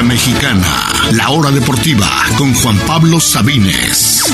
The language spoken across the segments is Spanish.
la Mexicana, la hora deportiva con Juan Pablo Sabines.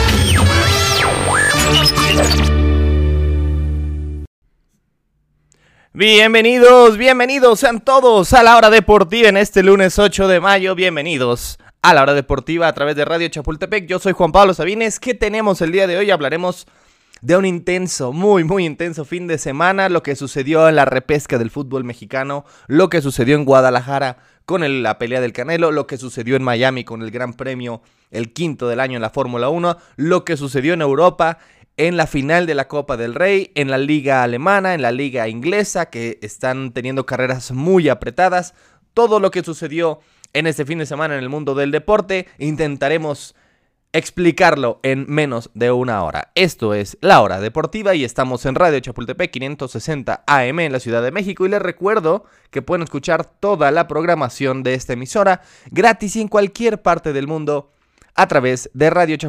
Bienvenidos sean todos a la hora deportiva en este lunes 8 de mayo. Bienvenidos a la hora deportiva a través de Radio Chapultepec. Yo soy Juan Pablo Sabines. ¿Qué tenemos el día de hoy? Hablaremos de un intenso, muy intenso fin de semana, lo que sucedió en la repesca del fútbol mexicano, lo que sucedió en Guadalajara con la pelea del Canelo, lo que sucedió en Miami con el Gran Premio, el quinto del año en la Fórmula 1, lo que sucedió en Europa, en la final de la Copa del Rey, en la liga alemana, en la liga inglesa, que están teniendo carreras muy apretadas. Todo lo que sucedió en este fin de semana en el mundo del deporte, intentaremos explicarlo en menos de una hora. Esto es La Hora Deportiva y estamos en Radio Chapultepec 560 AM en la Ciudad de México. Y les recuerdo que pueden escuchar toda la programación de esta emisora gratis y en cualquier parte del mundo a través de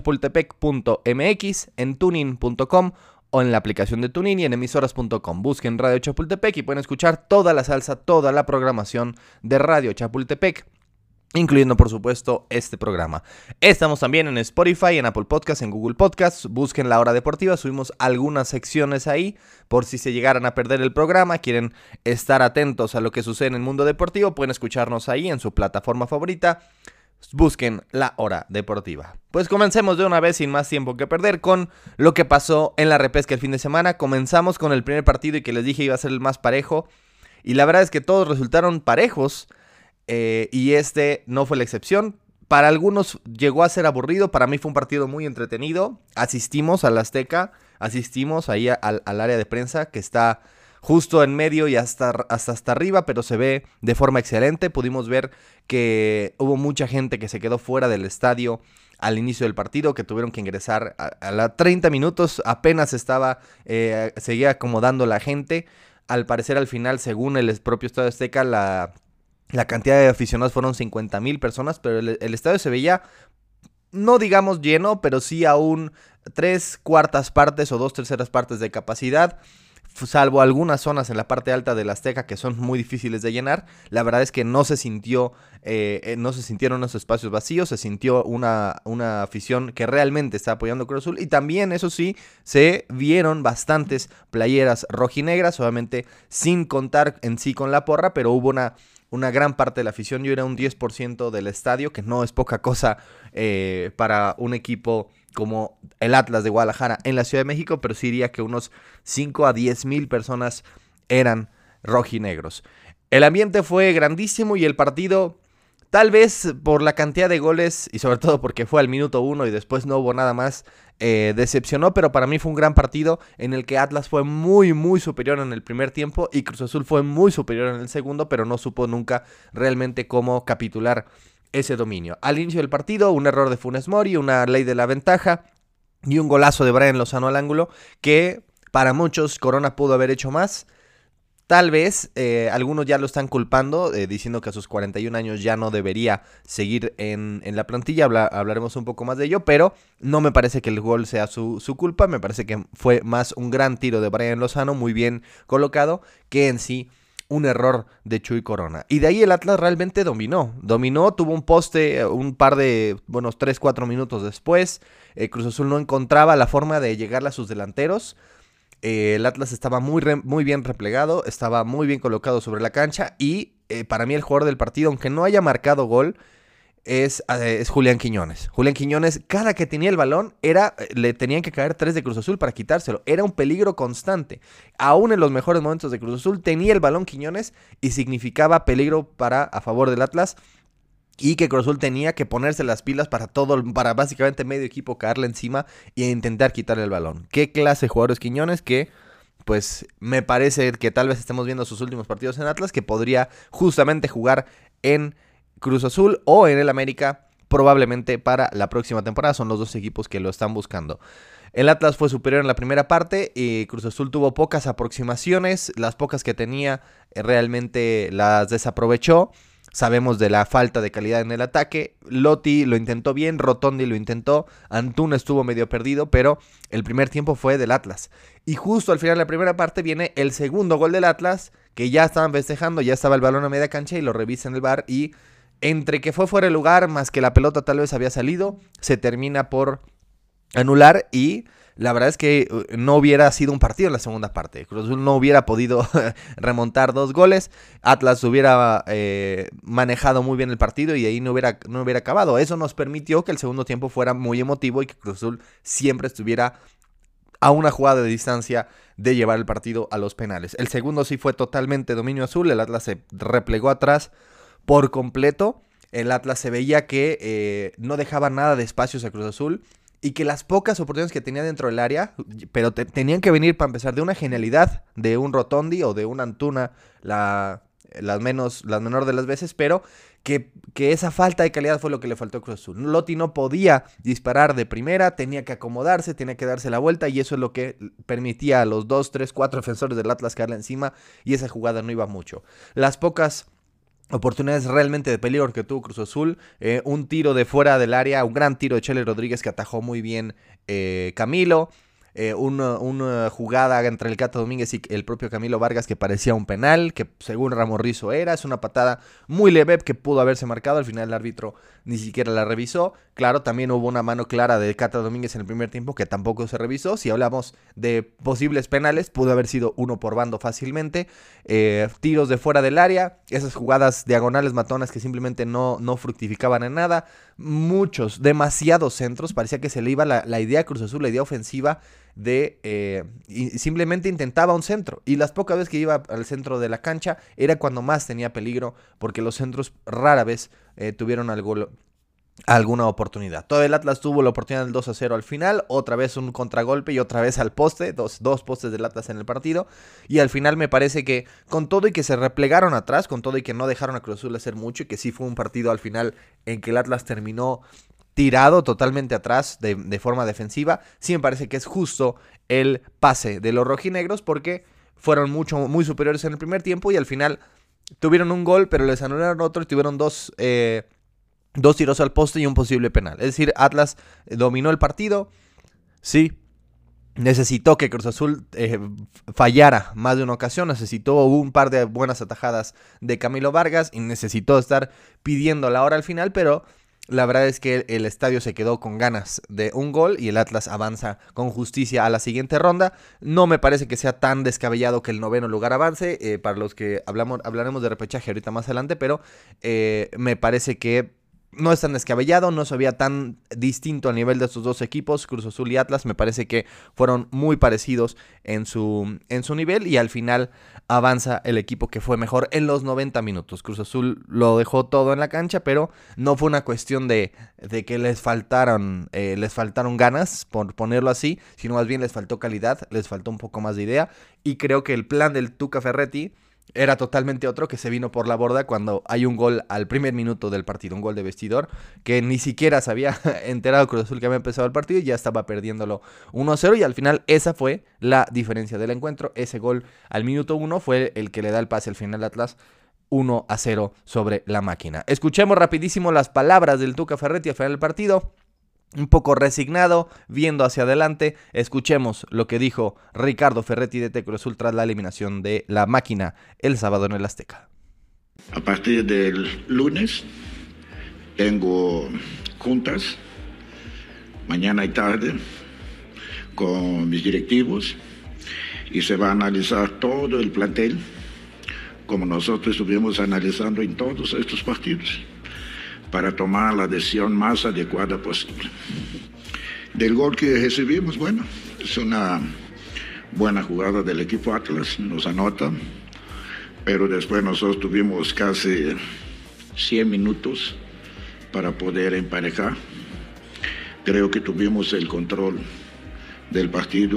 radiochapultepec.mx, en tunin.com o en la aplicación de Tunin y en emisoras.com. Busquen Radio Chapultepec y pueden escuchar toda la salsa, toda la programación de Radio Chapultepec, incluyendo por supuesto este programa. Estamos también en Spotify, en Apple Podcasts, en Google Podcasts. Busquen La Hora Deportiva, subimos algunas secciones ahí por si se llegaran a perder el programa, quieren estar atentos a lo que sucede en el mundo deportivo, pueden escucharnos ahí en su plataforma favorita. Busquen La Hora Deportiva. Pues comencemos de una vez sin más tiempo que perder con lo que pasó en la repesca el fin de semana. Comenzamos con el primer partido y que les dije iba a ser el más parejo. Y la verdad es que todos resultaron parejos y este no fue la excepción. Para algunos llegó a ser aburrido, para mí fue un partido muy entretenido. Asistimos al Azteca, asistimos ahí al área de prensa que está justo en medio y hasta arriba, pero se ve de forma excelente. Pudimos ver que hubo mucha gente que se quedó fuera del estadio al inicio del partido, que tuvieron que ingresar a los 30 minutos, apenas seguía acomodando la gente. Al parecer al final, según el propio Estadio Azteca, la cantidad de aficionados fueron 50,000 personas, pero el estadio se veía, no digamos lleno, pero sí aún 3/4 partes o 2/3 partes de capacidad. Salvo algunas zonas en la parte alta del Azteca que son muy difíciles de llenar, la verdad es que no se sintieron esos espacios vacíos, se sintió una afición que realmente está apoyando a Cruz Azul y también, eso sí, se vieron bastantes playeras rojinegras, obviamente sin contar en sí con la porra, pero hubo una gran parte de la afición. Yo era un 10% del estadio, que no es poca cosa para un equipo como el Atlas de Guadalajara en la Ciudad de México, pero sí diría que unos 5 a 10 mil personas eran rojinegros. El ambiente fue grandísimo y el partido, tal vez por la cantidad de goles y sobre todo porque fue al minuto 1 y después no hubo nada más, decepcionó, pero para mí fue un gran partido en el que Atlas fue muy superior en el primer tiempo y Cruz Azul fue muy superior en el segundo, pero no supo nunca realmente cómo capitular ese dominio. Al inicio del partido, un error de Funes Mori, una ley de la ventaja y un golazo de Brian Lozano al ángulo que para muchos Corona pudo haber hecho más. Tal vez algunos ya lo están culpando, diciendo que a sus 41 años ya no debería seguir en la plantilla. Hablaremos un poco más de ello, pero no me parece que el gol sea su culpa. Me parece que fue más un gran tiro de Brian Lozano, muy bien colocado, que en sí un error de Chuy Corona. Y de ahí el Atlas realmente dominó, tuvo un poste un par de, 3-4 minutos después. Cruz Azul no encontraba la forma de llegarle a sus delanteros. El Atlas estaba muy bien replegado, estaba muy bien colocado sobre la cancha y para mí el jugador del partido, aunque no haya marcado gol, es Julián Quiñones. Julián Quiñones, cada que tenía el balón, le tenían que caer 3 de Cruz Azul para quitárselo. Era un peligro constante. Aún en los mejores momentos de Cruz Azul, tenía el balón Quiñones y significaba peligro a favor del Atlas. Y que Cruz Azul tenía que ponerse las pilas para básicamente medio equipo caerle encima e intentar quitarle el balón. ¿Qué clase de jugador es Quiñones? Que pues me parece que tal vez estemos viendo sus últimos partidos en Atlas, que podría justamente jugar en Cruz Azul o en el América probablemente para la próxima temporada. Son los dos equipos que lo están buscando. El Atlas fue superior en la primera parte y Cruz Azul tuvo pocas aproximaciones. Las pocas que tenía realmente las desaprovechó. Sabemos de la falta de calidad en el ataque. Lotti lo intentó bien, Rotondi lo intentó, Antuna estuvo medio perdido, pero el primer tiempo fue del Atlas. Y justo al final de la primera parte viene el segundo gol del Atlas, que ya estaban festejando, ya estaba el balón a media cancha y lo revisa en el VAR y entre que fue fuera de lugar, más que la pelota tal vez había salido, se termina por anular y la verdad es que no hubiera sido un partido en la segunda parte. Cruz Azul no hubiera podido remontar 2 goles. Atlas hubiera manejado muy bien el partido y ahí no hubiera acabado. Eso nos permitió que el segundo tiempo fuera muy emotivo y que Cruz Azul siempre estuviera a una jugada de distancia de llevar el partido a los penales. El segundo sí fue totalmente dominio azul. El Atlas se replegó atrás por completo. El Atlas se veía que no dejaba nada de espacios a Cruz Azul y que las pocas oportunidades que tenía dentro del área, pero tenían que venir para empezar de una genialidad de un Rotondi o de un Antuna, la menor de las veces, pero que esa falta de calidad fue lo que le faltó a Cruz Azul. Lotti no podía disparar de primera, tenía que acomodarse, tenía que darse la vuelta y eso es lo que permitía a los 2, 3, 4 defensores del Atlas caerle encima y esa jugada no iba mucho. Las pocas oportunidades realmente de peligro que tuvo Cruz Azul, un tiro de fuera del área, un gran tiro de Chele Rodríguez que atajó muy bien Camilo, una jugada entre el Cata Domínguez y el propio Camilo Vargas que parecía un penal, que según Ramos Rizzo es una patada muy leve que pudo haberse marcado, al final el árbitro ni siquiera la revisó. Claro, también hubo una mano clara de Cata Domínguez en el primer tiempo que tampoco se revisó. Si hablamos de posibles penales, pudo haber sido uno por bando fácilmente. Tiros de fuera del área, esas jugadas diagonales matonas que simplemente no fructificaban en nada. Demasiados centros, parecía que se le iba la idea a Cruz Azul, la idea ofensiva y simplemente intentaba un centro y las pocas veces que iba al centro de la cancha era cuando más tenía peligro porque los centros rara vez tuvieron alguna oportunidad. Todo el Atlas tuvo la oportunidad del 2-0 al final, otra vez un contragolpe y otra vez al poste, dos postes del Atlas en el partido y al final me parece que con todo y que se replegaron atrás, con todo y que no dejaron a Cruz Azul hacer mucho y que sí fue un partido al final en que el Atlas terminó tirado totalmente atrás de forma defensiva, sí me parece que es justo el pase de los rojinegros porque fueron muy superiores en el primer tiempo y al final tuvieron un gol pero les anularon otro y tuvieron dos tiros al poste y un posible penal. Es decir, Atlas dominó el partido, sí, necesitó que Cruz Azul fallara más de una ocasión, necesitó un par de buenas atajadas de Camilo Vargas y necesitó estar pidiendo la hora al final, pero la verdad es que el estadio se quedó con ganas de un gol y el Atlas avanza con justicia a la siguiente ronda. No me parece que sea tan descabellado que el 9º lugar avance, para los que hablaremos de repechaje ahorita más adelante, pero me parece que no es tan descabellado, no se veía tan distinto a nivel de estos dos equipos, Cruz Azul y Atlas. Me parece que fueron muy parecidos en su nivel y al final avanza el equipo que fue mejor en los 90 minutos. Cruz Azul lo dejó todo en la cancha, pero no fue una cuestión de que les faltaron ganas, por ponerlo así, sino más bien les faltó calidad, les faltó un poco más de idea y creo que el plan del Tuca Ferretti era totalmente otro que se vino por la borda cuando hay un gol al primer minuto del partido, un gol de vestidor, que ni siquiera se había enterado Cruz Azul que había empezado el partido y ya estaba perdiéndolo 1-0 y al final esa fue la diferencia del encuentro. Ese gol al minuto 1 fue el que le da el pase al final Atlas 1-0 sobre la máquina. Escuchemos rapidísimo las palabras del Tuca Ferretti al final del partido. Un poco resignado, viendo hacia adelante, escuchemos lo que dijo Ricardo Ferretti de Cruz Azul tras la eliminación de la máquina el sábado en el Azteca. A partir del lunes tengo juntas, mañana y tarde, con mis directivos y se va a analizar todo el plantel, como nosotros estuvimos analizando en todos estos partidos, para tomar la decisión más adecuada posible. Del gol que recibimos, bueno, es una buena jugada del equipo Atlas, nos anota, pero después nosotros tuvimos casi 100 minutos para poder emparejar. Creo que tuvimos el control del partido,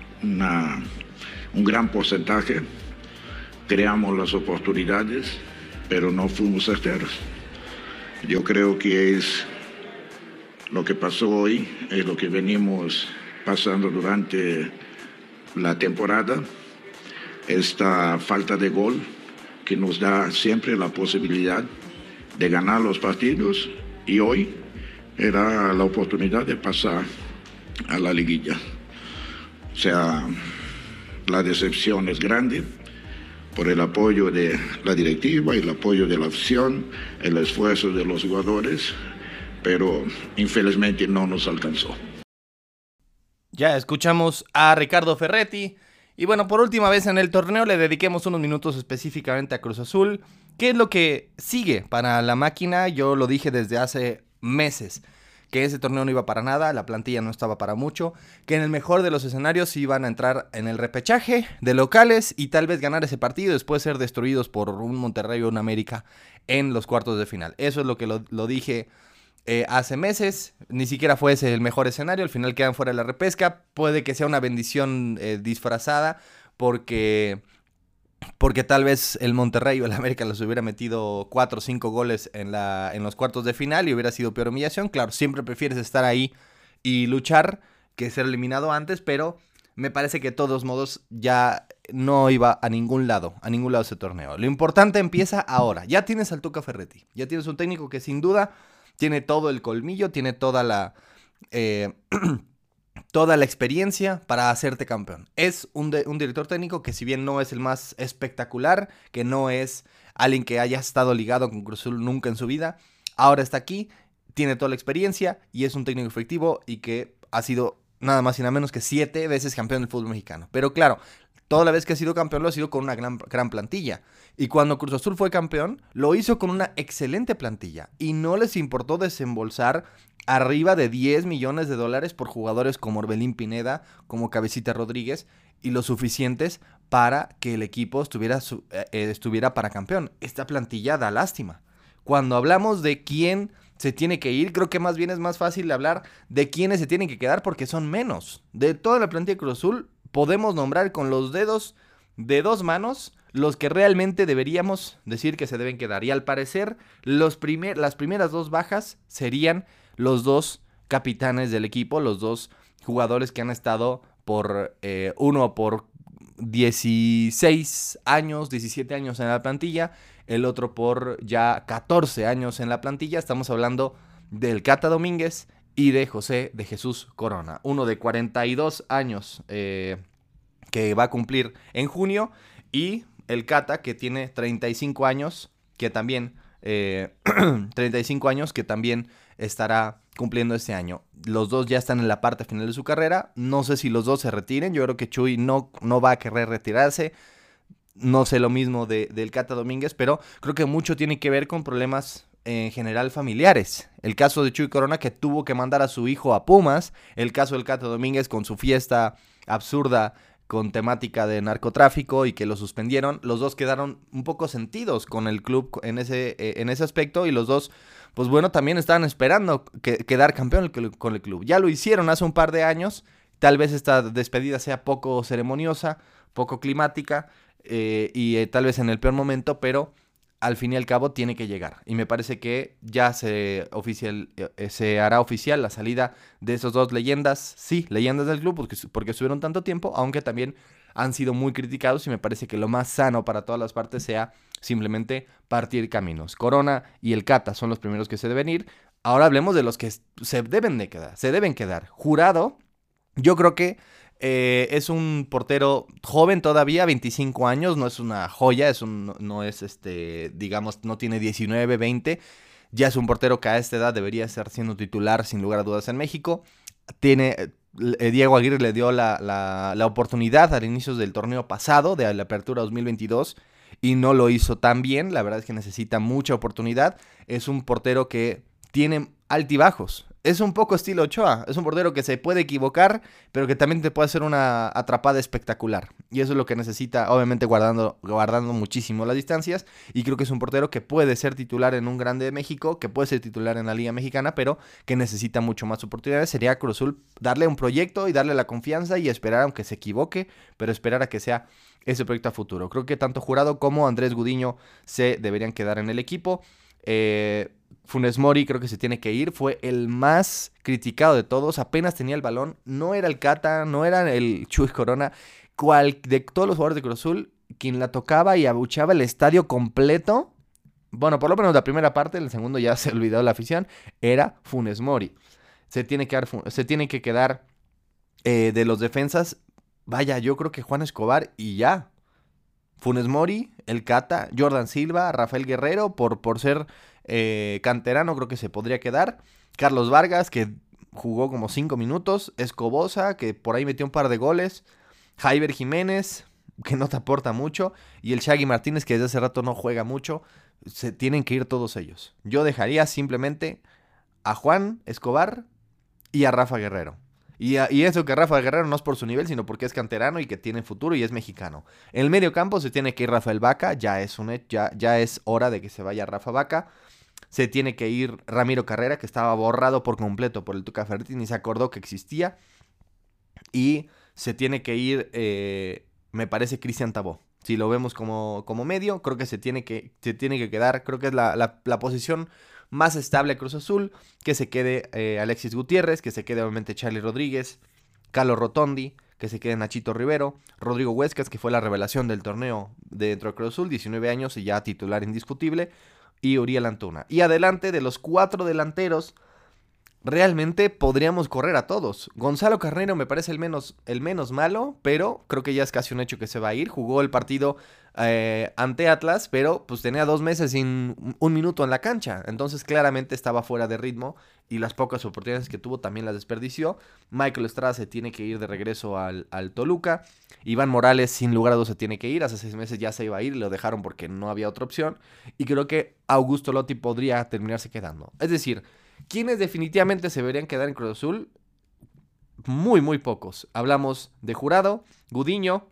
un gran porcentaje, creamos las oportunidades, pero no fuimos certeros. Yo creo que es lo que pasó hoy, es lo que venimos pasando durante la temporada, esta falta de gol que nos da siempre la posibilidad de ganar los partidos y hoy era la oportunidad de pasar a la liguilla. O sea, la decepción es grande, por el apoyo de la directiva, el apoyo de la afición, el esfuerzo de los jugadores, pero infelizmente no nos alcanzó. Ya escuchamos a Ricardo Ferretti. Y bueno, por última vez en el torneo le dediquemos unos minutos específicamente a Cruz Azul. ¿Qué es lo que sigue para la máquina? Yo lo dije desde hace meses, que ese torneo no iba para nada, la plantilla no estaba para mucho, que en el mejor de los escenarios iban a entrar en el repechaje de locales y tal vez ganar ese partido y después ser destruidos por un Monterrey o un América en los cuartos de final. Eso es lo que lo dije hace meses, ni siquiera fue ese el mejor escenario, al final quedan fuera de la repesca, puede que sea una bendición disfrazada porque tal vez el Monterrey o el América les hubiera metido 4 o 5 goles en los cuartos de final y hubiera sido peor humillación. Claro, siempre prefieres estar ahí y luchar que ser eliminado antes, pero me parece que de todos modos ya no iba a ningún lado ese torneo. Lo importante empieza ahora. Ya tienes al Tuca Ferretti, ya tienes un técnico que sin duda tiene todo el colmillo, tiene toda la experiencia para hacerte campeón. Es un director técnico que si bien no es el más espectacular, que no es alguien que haya estado ligado con Cruz Azul nunca en su vida, ahora está aquí, tiene toda la experiencia y es un técnico efectivo y que ha sido nada más y nada menos que 7 veces campeón del fútbol mexicano. Pero claro, toda la vez que ha sido campeón lo ha sido con una gran plantilla. Y cuando Cruz Azul fue campeón, lo hizo con una excelente plantilla. Y no les importó desembolsar arriba de $10 millones por jugadores como Orbelín Pineda, como Cabecita Rodríguez, y lo suficientes para que el equipo estuviera para campeón. Esta plantilla da lástima. Cuando hablamos de quién se tiene que ir, creo que más bien es más fácil hablar de quiénes se tienen que quedar porque son menos. De toda la plantilla de Cruz Azul, podemos nombrar con los dedos de 2 manos los que realmente deberíamos decir que se deben quedar. Y al parecer, las primeras 2 bajas serían los 2 capitanes del equipo, los 2 jugadores que han estado uno por 16 años, 17 años en la plantilla, el otro por ya 14 años en la plantilla. Estamos hablando del Cata Domínguez y de José de Jesús Corona, uno de 42 años que va a cumplir en junio, y el Cata que tiene 35 años, que también 35 años que también estará cumpliendo este año. Los dos ya están en la parte final de su carrera. No sé si los dos se retiren. Yo creo que Chuy no va a querer retirarse. No sé lo mismo del Cata Domínguez, pero creo que mucho tiene que ver con problemas en general familiares. El caso de Chuy Corona, que tuvo que mandar a su hijo a Pumas. El caso del Cata Domínguez con su fiesta absurda con temática de narcotráfico y que lo suspendieron. Los dos quedaron un poco sentidos con el club en ese aspecto, y los dos, pues bueno, también estaban esperando quedar campeón con el club. Ya lo hicieron hace un par de años. Tal vez esta despedida sea poco ceremoniosa, poco climática, y tal vez en el peor momento, pero al fin y al cabo tiene que llegar. Y me parece que ya se hará oficial la salida de esos 2 leyendas, sí, leyendas del club, porque estuvieron tanto tiempo, aunque también han sido muy criticados, y me parece que lo más sano para todas las partes sea simplemente partir caminos. Corona y el Cata son los primeros que se deben ir. Ahora hablemos de los que se deben quedar. Jurado, yo creo que es un portero joven todavía, 25 años, no es una joya, no es digamos, no tiene 19, 20, ya es un portero que a esta edad debería estar siendo titular sin lugar a dudas en México. Diego Aguirre le dio la oportunidad al inicio del torneo pasado, de la apertura 2022, y no lo hizo tan bien. La verdad es que necesita mucha oportunidad. Es un portero que tiene altibajos. Es un poco estilo Ochoa. Es un portero que se puede equivocar, pero que también te puede hacer una atrapada espectacular. Y eso es lo que necesita, obviamente guardando muchísimo las distancias. Y creo que es un portero que puede ser titular en un grande de México, que puede ser titular en la Liga Mexicana, pero que necesita mucho más oportunidades. Sería Cruz Azul darle un proyecto y darle la confianza y esperar, aunque se equivoque, pero esperar a que sea ese proyecto a futuro. Creo que tanto Jurado como Andrés Gudiño se deberían quedar en el equipo. Funes Mori creo que se tiene que ir. Fue el más criticado de todos. Apenas tenía el balón. No era el Cata, no era el Chuy Corona. De todos los jugadores de Cruz Azul, quien la tocaba y abucheaba el estadio completo, bueno, por lo menos la primera parte, el segundo ya se olvidó la afición, era Funes Mori. Se tiene que quedar de los defensas. Vaya, yo creo que Juan Escobar y ya. Funes Mori, el Cata, Jordan Silva, Rafael Guerrero, por ser canterano creo que se podría quedar. Carlos Vargas, que jugó como 5 minutos. Escobosa, que por ahí metió un par de goles. Jaiber Jiménez, que no te aporta mucho. Y el Shaggy Martínez, que desde hace rato no juega mucho. Se tienen que ir todos ellos. Yo dejaría simplemente a Juan Escobar y a Rafa Guerrero. Y eso que Rafa Guerrero no es por su nivel, sino porque es canterano y que tiene futuro y es mexicano. En el medio campo se tiene que ir Rafael Vaca, ya es hora de que se vaya Rafa Vaca. Se tiene que ir Ramiro Carrera, que estaba borrado por completo por el Tuca Ferretti, ni se acordó que existía. Y se tiene que ir, me parece, Cristian Tabó. Si lo vemos como medio, creo que se tiene que quedar, creo que es la posición más estable Cruz Azul, que se quede Alexis Gutiérrez, que se quede obviamente Charlie Rodríguez, Carlos Rotondi, que se quede Nachito Rivero, Rodrigo Huescas, que fue la revelación del torneo dentro de Cruz Azul, 19 años y ya titular indiscutible, y Uriel Antuna. Y adelante, de los 4 delanteros, realmente podríamos correr a todos. Gonzalo Carneiro me parece el menos malo, pero creo que ya es casi un hecho que se va a ir. Jugó el partido ante Atlas, pero pues tenía 2 meses sin un minuto en la cancha. Entonces claramente estaba fuera de ritmo y las pocas oportunidades que tuvo también las desperdició. Michael Estrada se tiene que ir de regreso al Toluca. Iván Morales sin lugar a dudas se tiene que ir. Hace 6 meses ya se iba a ir y lo dejaron porque no había otra opción. Y creo que Augusto Lotti podría terminarse quedando. Es decir, ¿quiénes definitivamente se deberían quedar en Cruz Azul? Muy, muy pocos. Hablamos de Jurado, Gudiño,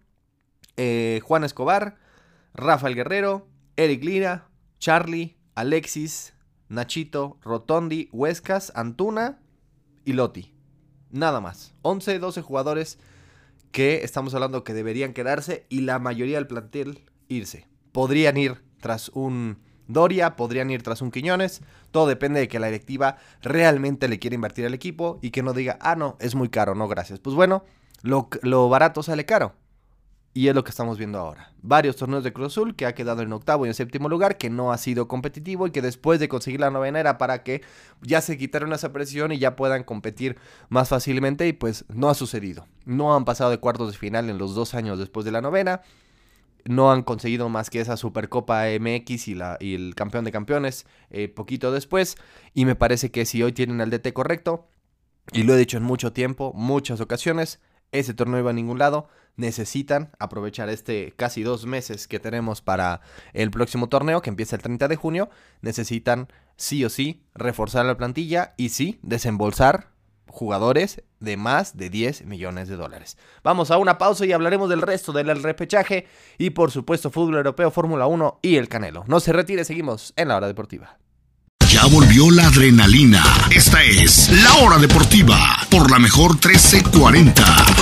Juan Escobar, Rafael Guerrero, Eric Lira, Charlie, Alexis, Nachito, Rotondi, Huescas, Antuna y Lotti. Nada más. 11, 12 jugadores que estamos hablando que deberían quedarse y la mayoría del plantel irse. Podrían ir tras un Doria, podrían ir tras un Quiñones. Todo depende de que la directiva realmente le quiera invertir al equipo y que no diga, no, es muy caro, no gracias. Pues bueno, lo barato sale caro. Y es lo que estamos viendo ahora. Varios torneos de Cruz Azul que ha quedado en 8º y en 7º lugar, que no ha sido competitivo y que después de conseguir la 9ª era para que ya se quitaron esa presión y ya puedan competir más fácilmente y pues no ha sucedido. No han pasado de cuartos de final en los 2 años después de la 9ª. No han conseguido más que esa Supercopa MX y el campeón de campeones poquito después. Y me parece que si hoy tienen al DT correcto, y lo he dicho en mucho tiempo, muchas ocasiones, ese torneo no iba a ningún lado. Necesitan aprovechar casi 2 meses que tenemos para el próximo torneo, que empieza el 30 de junio. Necesitan sí o sí reforzar la plantilla y sí desembolsar jugadores de más de 10 millones de dólares. Vamos a una pausa y hablaremos del resto del repechaje y por supuesto fútbol europeo, Fórmula 1 y el Canelo. No se retire, seguimos en La Hora Deportiva. Ya volvió la adrenalina. Esta es La Hora Deportiva por la mejor 1340.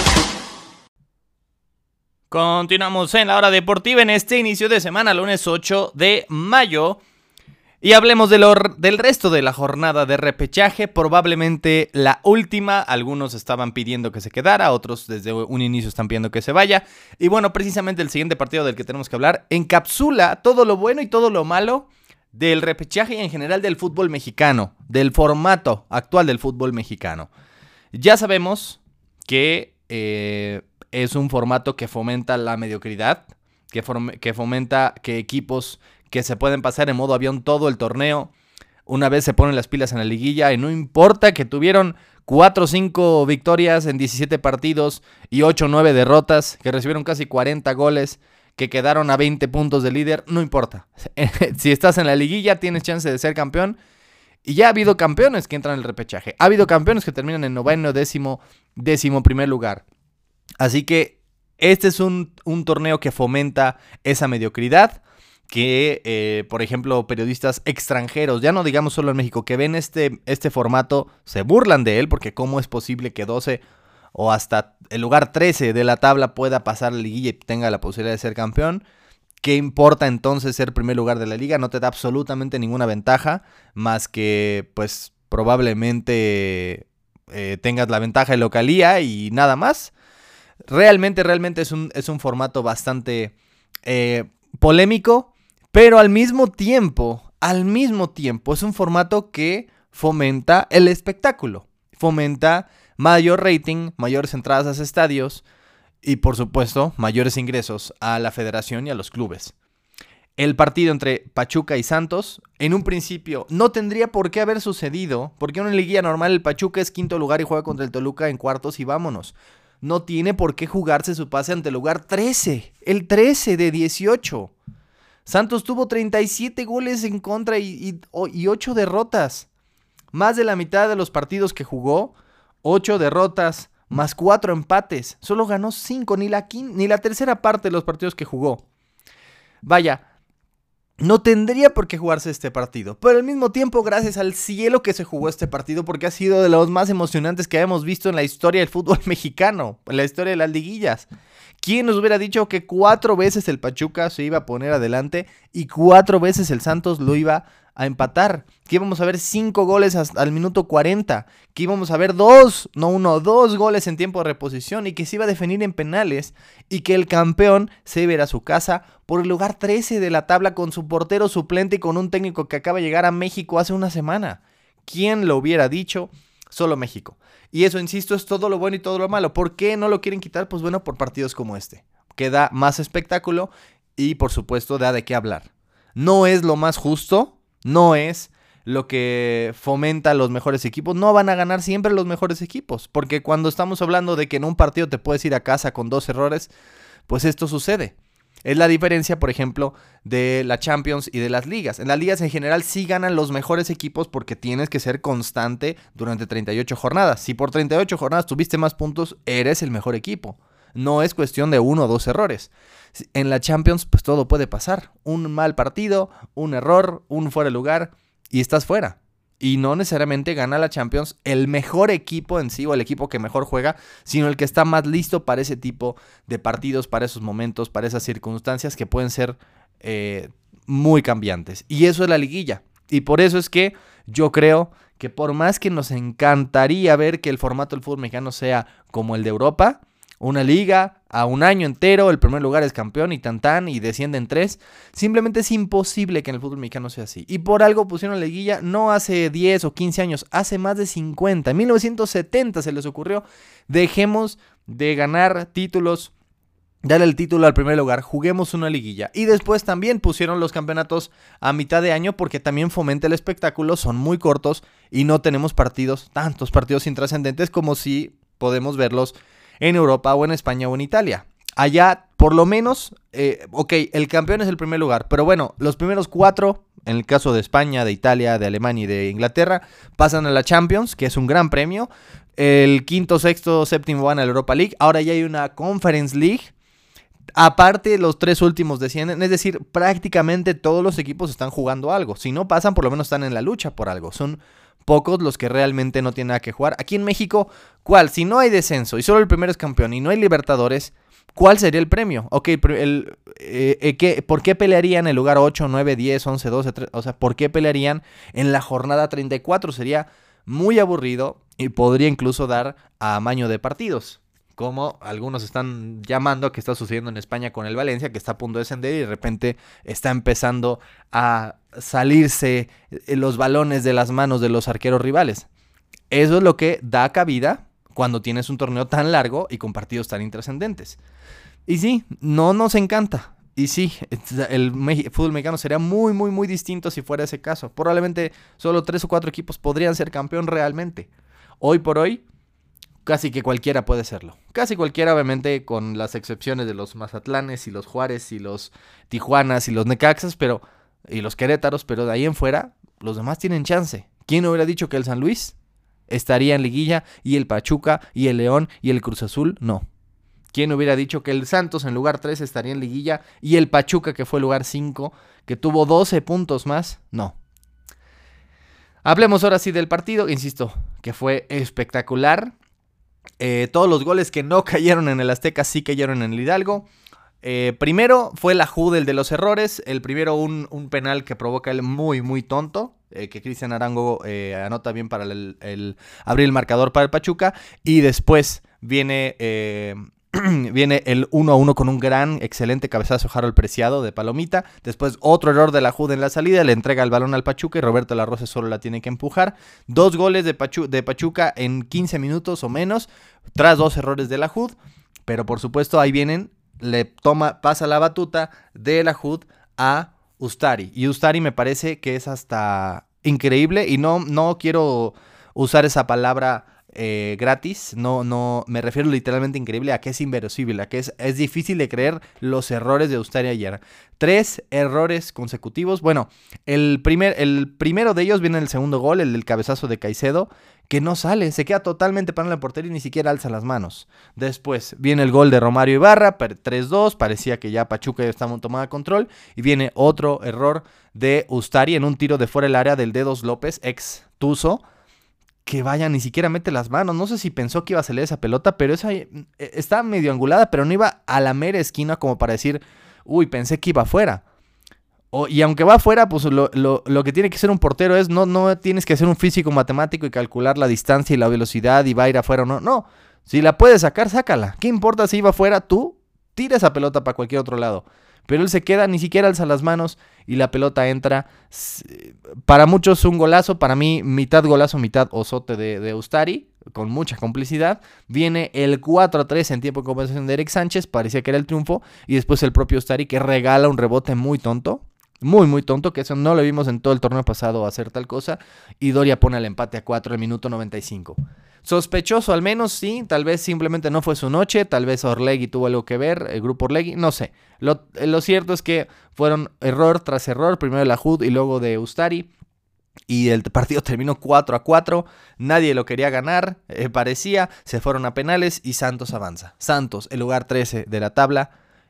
Continuamos en La Hora Deportiva en este inicio de semana, lunes 8 de mayo. Y hablemos del resto de la jornada de repechaje, probablemente la última. Algunos estaban pidiendo que se quedara, otros desde un inicio están pidiendo que se vaya. Y bueno, precisamente el siguiente partido del que tenemos que hablar encapsula todo lo bueno y todo lo malo del repechaje y en general del fútbol mexicano, del formato actual del fútbol mexicano. Ya sabemos que es un formato que fomenta la mediocridad, que fomenta que equipos que se pueden pasar en modo avión todo el torneo, una vez se ponen las pilas en la liguilla y no importa que tuvieron 4 o 5 victorias en 17 partidos y 8 o 9 derrotas, que recibieron casi 40 goles, que quedaron a 20 puntos de líder, no importa. Si estás en la liguilla tienes chance de ser campeón. Y ya ha habido campeones que entran en el repechaje. Ha habido campeones que terminan en 9º, 10º primer lugar. Así que este es un torneo que fomenta esa mediocridad. Que, por ejemplo, periodistas extranjeros, ya no digamos solo en México, que ven este formato, se burlan de él. Porque cómo es posible que 12 o hasta el lugar 13 de la tabla pueda pasar la liguilla y tenga la posibilidad de ser campeón. ¿Qué importa entonces ser primer lugar de la liga? No te da absolutamente ninguna ventaja, más que pues probablemente tengas la ventaja de localía y nada más. Realmente es un formato bastante polémico, pero al mismo tiempo es un formato que fomenta el espectáculo, fomenta mayor rating, mayores entradas a estadios. y por supuesto mayores ingresos a la federación y a los clubes. El partido entre Pachuca y Santos, en un principio, no tendría por qué haber sucedido, porque en una liguilla normal el Pachuca es quinto lugar y juega contra el Toluca en cuartos y vámonos. No tiene por qué jugarse su pase ante el lugar 13, el 13 de 18. Santos tuvo 37 goles en contra y 8 derrotas. Más de la mitad de los partidos que jugó, 8 derrotas, más 4 empates. Solo ganó 5, ni la tercera parte de los partidos que jugó. Vaya, no tendría por qué jugarse este partido, pero al mismo tiempo, gracias al cielo que se jugó este partido, porque ha sido de los más emocionantes que hemos visto en la historia del fútbol mexicano, en la historia de las liguillas. ¿Quién nos hubiera dicho que 4 veces el Pachuca se iba a poner adelante y 4 veces el Santos lo iba a empatar? Que íbamos a ver 5 goles hasta al minuto 40, que íbamos a ver 2 goles en tiempo de reposición y que se iba a definir en penales y que el campeón se iba a ir a su casa por el lugar 13 de la tabla con su portero suplente y con un técnico que acaba de llegar a México hace una semana. ¿Quién lo hubiera dicho? Solo México. Y eso, insisto, es todo lo bueno y todo lo malo. ¿Por qué no lo quieren quitar? Pues bueno, por partidos como este, que da más espectáculo y por supuesto da de qué hablar. No es lo más justo, no es lo que fomenta a los mejores equipos. No van a ganar siempre los mejores equipos, porque cuando estamos hablando de que en un partido te puedes ir a casa con 2 errores, pues esto sucede. Es la diferencia, por ejemplo, de la Champions y de las ligas. En las ligas en general sí ganan los mejores equipos porque tienes que ser constante durante 38 jornadas. Si por 38 jornadas tuviste más puntos, eres el mejor equipo. No es cuestión de 1 o 2 errores. En la Champions, pues todo puede pasar. Un mal partido, un error, un fuera de lugar y estás fuera. Y no necesariamente gana la Champions el mejor equipo en sí o el equipo que mejor juega, sino el que está más listo para ese tipo de partidos, para esos momentos, para esas circunstancias que pueden ser muy cambiantes. Y eso es la liguilla. Y por eso es que yo creo que por más que nos encantaría ver que el formato del fútbol mexicano sea como el de Europa, una liga a un año entero, el primer lugar es campeón y tan y descienden 3. Simplemente es imposible que en el fútbol mexicano sea así. Y por algo pusieron la liguilla no hace 10 o 15 años, hace más de 50. En 1970 se les ocurrió, dejemos de ganar títulos, dale el título al primer lugar, juguemos una liguilla. Y después también pusieron los campeonatos a mitad de año porque también fomenta el espectáculo, son muy cortos y no tenemos tantos partidos intrascendentes como si podemos verlos en Europa o en España o en Italia. Allá, por lo menos, el campeón es el primer lugar, pero bueno, los primeros 4, en el caso de España, de Italia, de Alemania y de Inglaterra, pasan a la Champions, que es un gran premio. El quinto, sexto, séptimo van a la Europa League. Ahora ya hay una Conference League. Aparte, los 3 últimos descienden, es decir, prácticamente todos los equipos están jugando algo. Si no pasan, por lo menos están en la lucha por algo. Son pocos los que realmente no tienen nada que jugar. Aquí en México, ¿cuál? Si no hay descenso y solo el primero es campeón y no hay Libertadores, ¿cuál sería el premio? Ok, ¿por qué pelearían el lugar 8, 9, 10, 11, 12, 13? O sea, ¿por qué pelearían en la jornada 34? Sería muy aburrido y podría incluso dar a amaño de partidos, como algunos están llamando que está sucediendo en España con el Valencia, que está a punto de descender y de repente está empezando a salirse los balones de las manos de los arqueros rivales. Eso es lo que da cabida cuando tienes un torneo tan largo y con partidos tan intrascendentes. Y sí, no nos encanta. Y sí, el fútbol mexicano sería muy, muy, muy distinto si fuera ese caso. Probablemente solo 3 o 4 equipos podrían ser campeón realmente. Hoy por hoy, casi que cualquiera puede serlo. Casi cualquiera, obviamente, con las excepciones de los Mazatlanes y los Juárez y los Tijuanas y los Necaxas, y los Querétaros, pero de ahí en fuera, los demás tienen chance. ¿Quién hubiera dicho que el San Luis estaría en liguilla y el Pachuca y el León y el Cruz Azul? No. ¿Quién hubiera dicho que el Santos en lugar 3 estaría en liguilla y el Pachuca, que fue lugar 5, que tuvo 12 puntos más? No. Hablemos ahora sí del partido, insisto, que fue espectacular. Todos los goles que no cayeron en el Azteca sí cayeron en el Hidalgo. Primero fue la Jud, el de los errores. El primero un penal que provoca el muy muy tonto, que Cristian Arango anota bien para el abrir el marcador para el Pachuca. Y después viene el 1-1 con un gran, excelente cabezazo Harold Preciado de Palomita. Después otro error de la Jud en la salida, le entrega el balón al Pachuca y Roberto Larrosa solo la tiene que empujar. 2 goles de Pachuca en 15 minutos o menos, tras 2 errores de la Jud. Pero por supuesto ahí vienen, pasa la batuta de la HUD a Ustari. Y Ustari me parece que es hasta increíble y no quiero usar esa palabra gratis, no, me refiero literalmente increíble a que es inverosímil, a que es difícil de creer los errores de Ustari ayer. 3 errores consecutivos. Bueno, el primero de ellos viene en el segundo gol, el del cabezazo de Caicedo, que no sale, se queda totalmente parado en la portería y ni siquiera alza las manos. Después viene el gol de Romario Ibarra, 3-2, parecía que ya Pachuca ya estaba tomando control, y viene otro error de Ustari en un tiro de fuera del área del Dedos López, ex Tuzo, que vaya, ni siquiera mete las manos. No sé si pensó que iba a salir esa pelota, pero esa está medio angulada, pero no iba a la mera esquina como para decir, uy, pensé que iba afuera. Y aunque va afuera, pues lo que tiene que ser un portero es, no tienes que ser un físico matemático y calcular la distancia y la velocidad y va a ir afuera o no. No, si la puedes sacar, sácala. ¿Qué importa si iba afuera? Tú tira esa pelota para cualquier otro lado. Pero él se queda, ni siquiera alza las manos y la pelota entra. Para muchos un golazo, para mí mitad golazo, mitad osote de Ustari, con mucha complicidad. Viene el 4-3 en tiempo de compensación de Eric Sánchez, parecía que era el triunfo. Y después el propio Ustari que regala un rebote muy tonto. Muy tonto, que eso no lo vimos en todo el torneo pasado hacer tal cosa. Y Doria pone el empate a 4 al minuto 95. Sospechoso al menos, sí, tal vez simplemente no fue su noche, tal vez Orlegui tuvo algo que ver, el grupo Orlegui, no sé. Lo cierto es que fueron error tras error, primero de la HUD y luego de Ustari. Y el partido terminó 4-4, nadie lo quería ganar, parecía, se fueron a penales y Santos avanza. Santos, el lugar 13 de la tabla,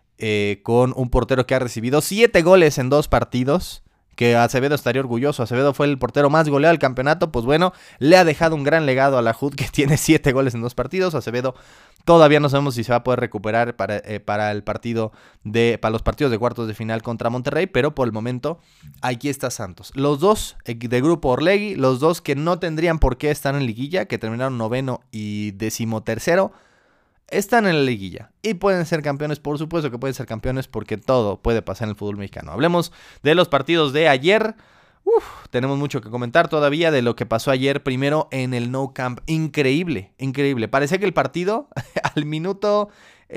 con un portero que ha recibido 7 goles en 2 partidos. Que Acevedo estaría orgulloso. Acevedo fue el portero más goleado del campeonato. Pues bueno, le ha dejado un gran legado a la HUD, que tiene 7 goles en 2 partidos. Acevedo todavía no sabemos si se va a poder recuperar para el partido para los partidos de cuartos de final contra Monterrey, pero por el momento aquí está Santos. Los dos de grupo Orlegui, los dos que no tendrían por qué estar en liguilla, que terminaron 9º y 13º. Están en la liguilla y pueden ser campeones, por supuesto que pueden ser campeones porque todo puede pasar en el fútbol mexicano. Hablemos de los partidos de ayer. Tenemos mucho que comentar todavía de lo que pasó ayer. Primero en el Nou Camp, increíble. Parecía que el partido al minuto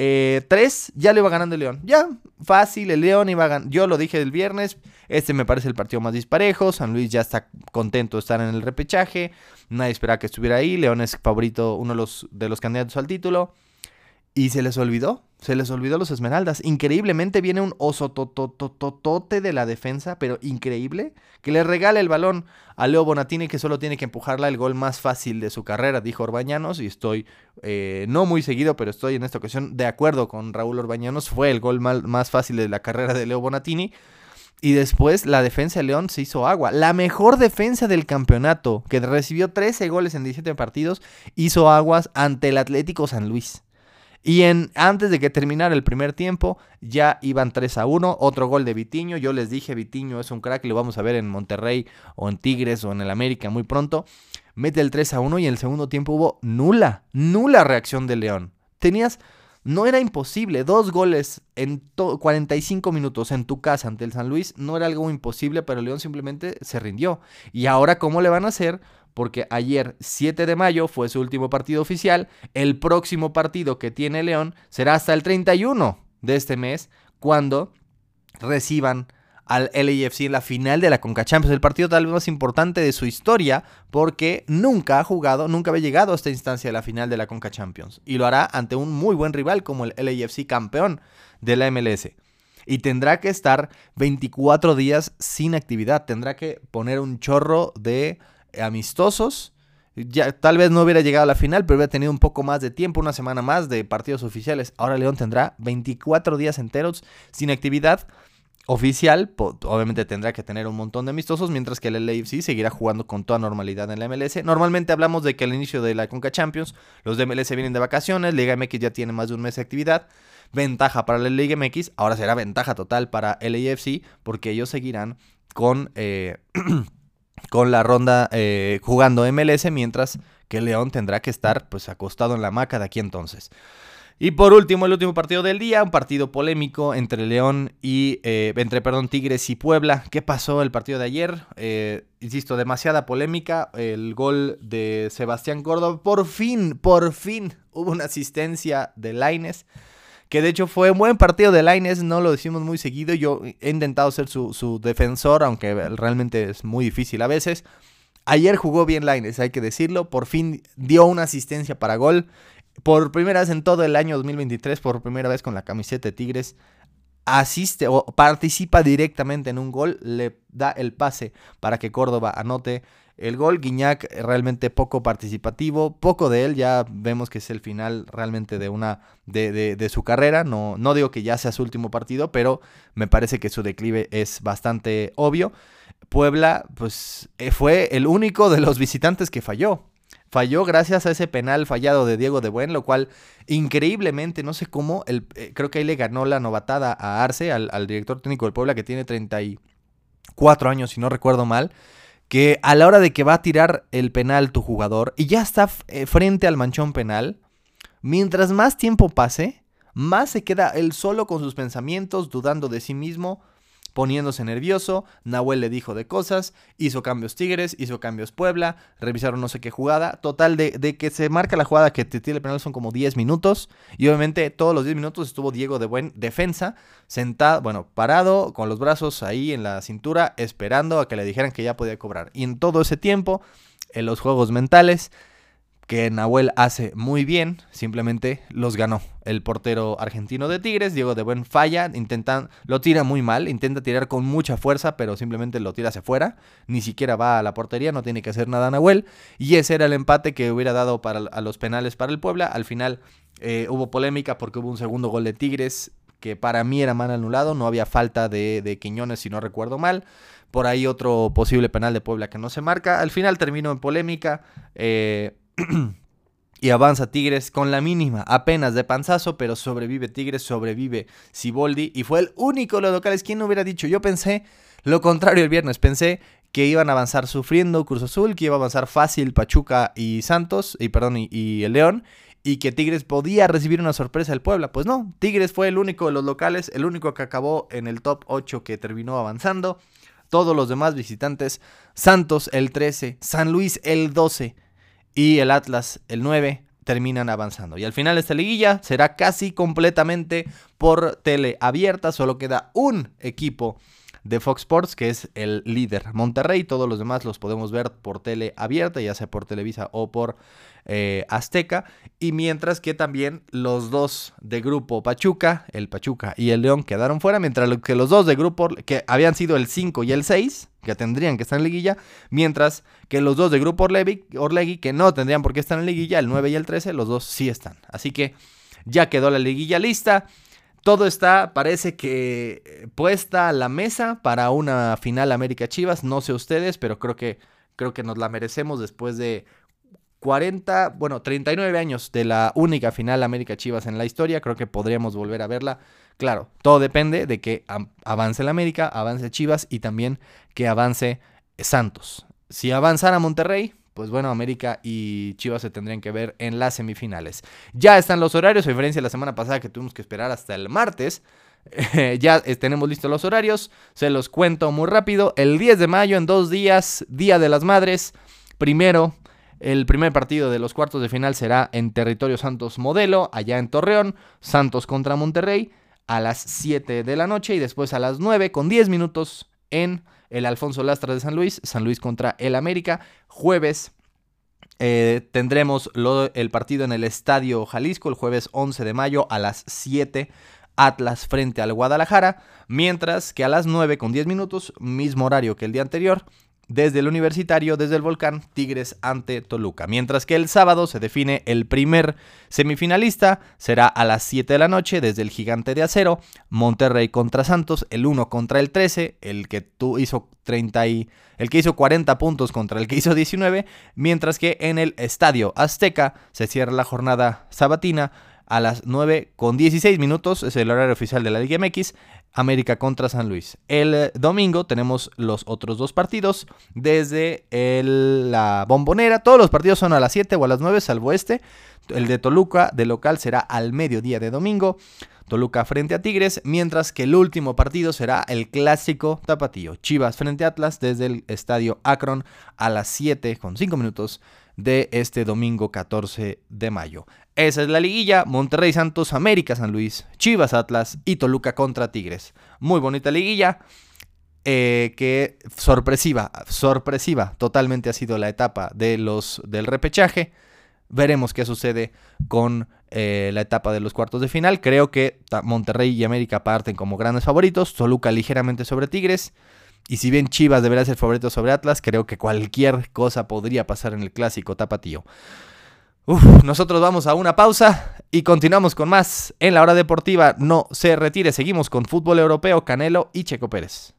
3 ya le iba ganando el León. Ya, fácil, el León iba ganando. Yo lo dije el viernes, me parece el partido más disparejo. San Luis ya está contento de estar en el repechaje. Nadie esperaba que estuviera ahí. León es favorito, uno de los candidatos al título. Y se les olvidó los Esmeraldas. Increíblemente viene un osotototote de la defensa, pero increíble, que le regala el balón a Leo Bonatini, que solo tiene que empujarla, el gol más fácil de su carrera, dijo Orbañanos, y estoy, no muy seguido, pero estoy en esta ocasión de acuerdo con Raúl Orbañanos, fue el gol más fácil de la carrera de Leo Bonatini. Y después la defensa de León se hizo agua. La mejor defensa del campeonato, que recibió 13 goles en 17 partidos, hizo aguas ante el Atlético San Luis. Y antes de que terminara el primer tiempo, ya iban 3-1, otro gol de Vitinho. Yo les dije, Vitinho es un crack, lo vamos a ver en Monterrey o en Tigres o en el América muy pronto. Mete el 3-1 y en el segundo tiempo hubo nula reacción de León. No era imposible, 2 goles en 45 minutos en tu casa ante el San Luis, no era algo imposible, pero León simplemente se rindió. Y ahora, ¿cómo le van a hacer? Porque ayer, 7 de mayo, fue su último partido oficial. El próximo partido que tiene León será hasta el 31 de este mes, cuando reciban al LAFC en la final de la Conca Champions. El partido tal vez más importante de su historia, porque nunca había llegado a esta instancia de la final de la Conca Champions. Y lo hará ante un muy buen rival como el LAFC, campeón de la MLS. Y tendrá que estar 24 días sin actividad. Tendrá que poner un chorro de amistosos. Ya, tal vez no hubiera llegado a la final, pero hubiera tenido un poco más de tiempo, una semana más de partidos oficiales. Ahora León tendrá 24 días enteros sin actividad oficial. Obviamente tendrá que tener un montón de amistosos, mientras que el LAFC seguirá jugando con toda normalidad en la MLS. Normalmente hablamos de que al inicio de la Conca Champions los de MLS vienen de vacaciones, Liga MX ya tiene más de un mes de actividad. Ventaja para la Liga MX, ahora será ventaja total para el LAFC, porque ellos seguirán con la ronda jugando MLS, mientras que León tendrá que estar pues acostado en la hamaca de aquí entonces. Y por último, el último partido del día, un partido polémico entre Tigres y Puebla. ¿Qué pasó el partido de ayer? Insisto, demasiada polémica. El gol de Sebastián Córdoba. Por fin hubo una asistencia de Lainez, que de hecho fue un buen partido de Lainez, no lo decimos muy seguido. Yo he intentado ser su defensor, aunque realmente es muy difícil a veces. Ayer jugó bien Lainez, hay que decirlo. Por fin dio una asistencia para gol. Por primera vez en todo el año 2023, por primera vez con la camiseta de Tigres, asiste o participa directamente en un gol, le da el pase para que Córdoba anote el gol. Guiñac realmente poco participativo, poco de él, ya vemos que es el final realmente de su carrera. No digo que ya sea su último partido, pero me parece que su declive es bastante obvio. Puebla pues fue el único de los visitantes que falló. Falló gracias a ese penal fallado de Diego de Buen, lo cual increíblemente, no sé cómo, creo que ahí le ganó la novatada a Arce, al director técnico del Puebla, que tiene 34 años, si no recuerdo mal, que a la hora de que va a tirar el penal tu jugador y ya está frente al manchón penal, mientras más tiempo pase, más se queda él solo con sus pensamientos, dudando de sí mismo, poniéndose nervioso. Nahuel le dijo de cosas, hizo cambios Tigres, hizo cambios Puebla, revisaron no sé qué jugada. Total, de que se marca la jugada que te tira el penal son como 10 minutos. Y obviamente todos los 10 minutos estuvo Diego de Buen defensa, sentado, parado, con los brazos ahí en la cintura, esperando a que le dijeran que ya podía cobrar. Y en todo ese tiempo, en los juegos mentales, que Nahuel hace muy bien, simplemente los ganó. El portero argentino de Tigres, Diego de Buen, falla, lo tira muy mal, intenta tirar con mucha fuerza, pero simplemente lo tira hacia afuera, ni siquiera va a la portería, no tiene que hacer nada Nahuel, y ese era el empate que hubiera dado a los penales para el Puebla. Al final hubo polémica porque hubo un segundo gol de Tigres, que para mí era mal anulado, no había falta de Quiñones si no recuerdo mal. Por ahí otro posible penal de Puebla que no se marca. Al final terminó en polémica, y avanza Tigres con la mínima, apenas de panzazo, pero sobrevive Tigres, sobrevive Siboldi, y fue el único de los locales. ¿Quién hubiera dicho? Yo pensé lo contrario el viernes, pensé que iban a avanzar sufriendo Cruz Azul, que iba a avanzar fácil Pachuca y y el León, y que Tigres podía recibir una sorpresa del Puebla. Pues no, Tigres fue el único de los locales, el único que acabó en el top 8 que terminó avanzando. Todos los demás visitantes, Santos el 13, San Luis el 12 y el Atlas el 9, terminan avanzando. Y al final esta liguilla será casi completamente por tele abierta. Solo queda un equipo de Fox Sports, que es el líder Monterrey. Todos los demás los podemos ver por tele abierta, ya sea por Televisa o por Azteca. Y mientras que también los dos de grupo Pachuca, el Pachuca y el León, quedaron fuera, mientras que los dos de grupo, que habían sido el 5 y el 6, que tendrían que estar en liguilla, mientras que los dos de grupo Orlegui, que no tendrían por qué estar en liguilla, el 9 y el 13, los dos sí están. Así que ya quedó la liguilla lista. Todo está, parece que puesta a la mesa para una final América Chivas. No sé ustedes, pero creo que nos la merecemos después de 39 años de la única final América Chivas en la historia. Creo que podríamos volver a verla. Claro, todo depende de que avance el América, avance Chivas y también que avance Santos. Si avanzara Monterrey, pues bueno, América y Chivas se tendrían que ver en las semifinales. Ya están los horarios, a diferencia de la semana pasada que tuvimos que esperar hasta el martes. Ya tenemos listos los horarios, se los cuento muy rápido. El 10 de mayo, en 2 días, Día de las Madres. El primer partido de los cuartos de final será en territorio Santos Modelo, allá en Torreón. Santos contra Monterrey a las 7 de la noche y después a las 9 con 10 minutos en el Alfonso Lastras de San Luis contra el América. Jueves tendremos el partido en el Estadio Jalisco, el jueves 11 de mayo a las 7, Atlas frente al Guadalajara, mientras que a las 9 con 10 minutos, mismo horario que el día anterior, desde el Universitario, desde el Volcán, Tigres ante Toluca. Mientras que el sábado se define el primer semifinalista, será a las 7 de la noche, desde el Gigante de Acero, Monterrey contra Santos, el 1 contra el 13, el que hizo 40 puntos contra el que hizo 19, mientras que en el Estadio Azteca se cierra la jornada sabatina a las 9:16, es el horario oficial de la Liga MX, América contra San Luis. El domingo tenemos los otros 2 partidos desde la Bombonera. Todos los partidos son a las 7 o a las 9, salvo este. El de Toluca de local será al mediodía de domingo. Toluca frente a Tigres, mientras que el último partido será el clásico tapatío. Chivas frente a Atlas desde el estadio Akron a las 7:05 de este domingo 14 de mayo. Esa es la liguilla: Monterrey Santos, América San Luis, Chivas Atlas y Toluca contra Tigres. Muy bonita liguilla, que sorpresiva totalmente ha sido la etapa del repechaje. Veremos qué sucede con la etapa de los cuartos de final. Creo que Monterrey y América parten como grandes favoritos, Toluca ligeramente sobre Tigres. Y si bien Chivas deberá ser favorito sobre Atlas, creo que cualquier cosa podría pasar en el clásico tapatío. Nosotros vamos a una pausa y continuamos con más en la hora deportiva. No se retire, seguimos con fútbol europeo, Canelo y Checo Pérez.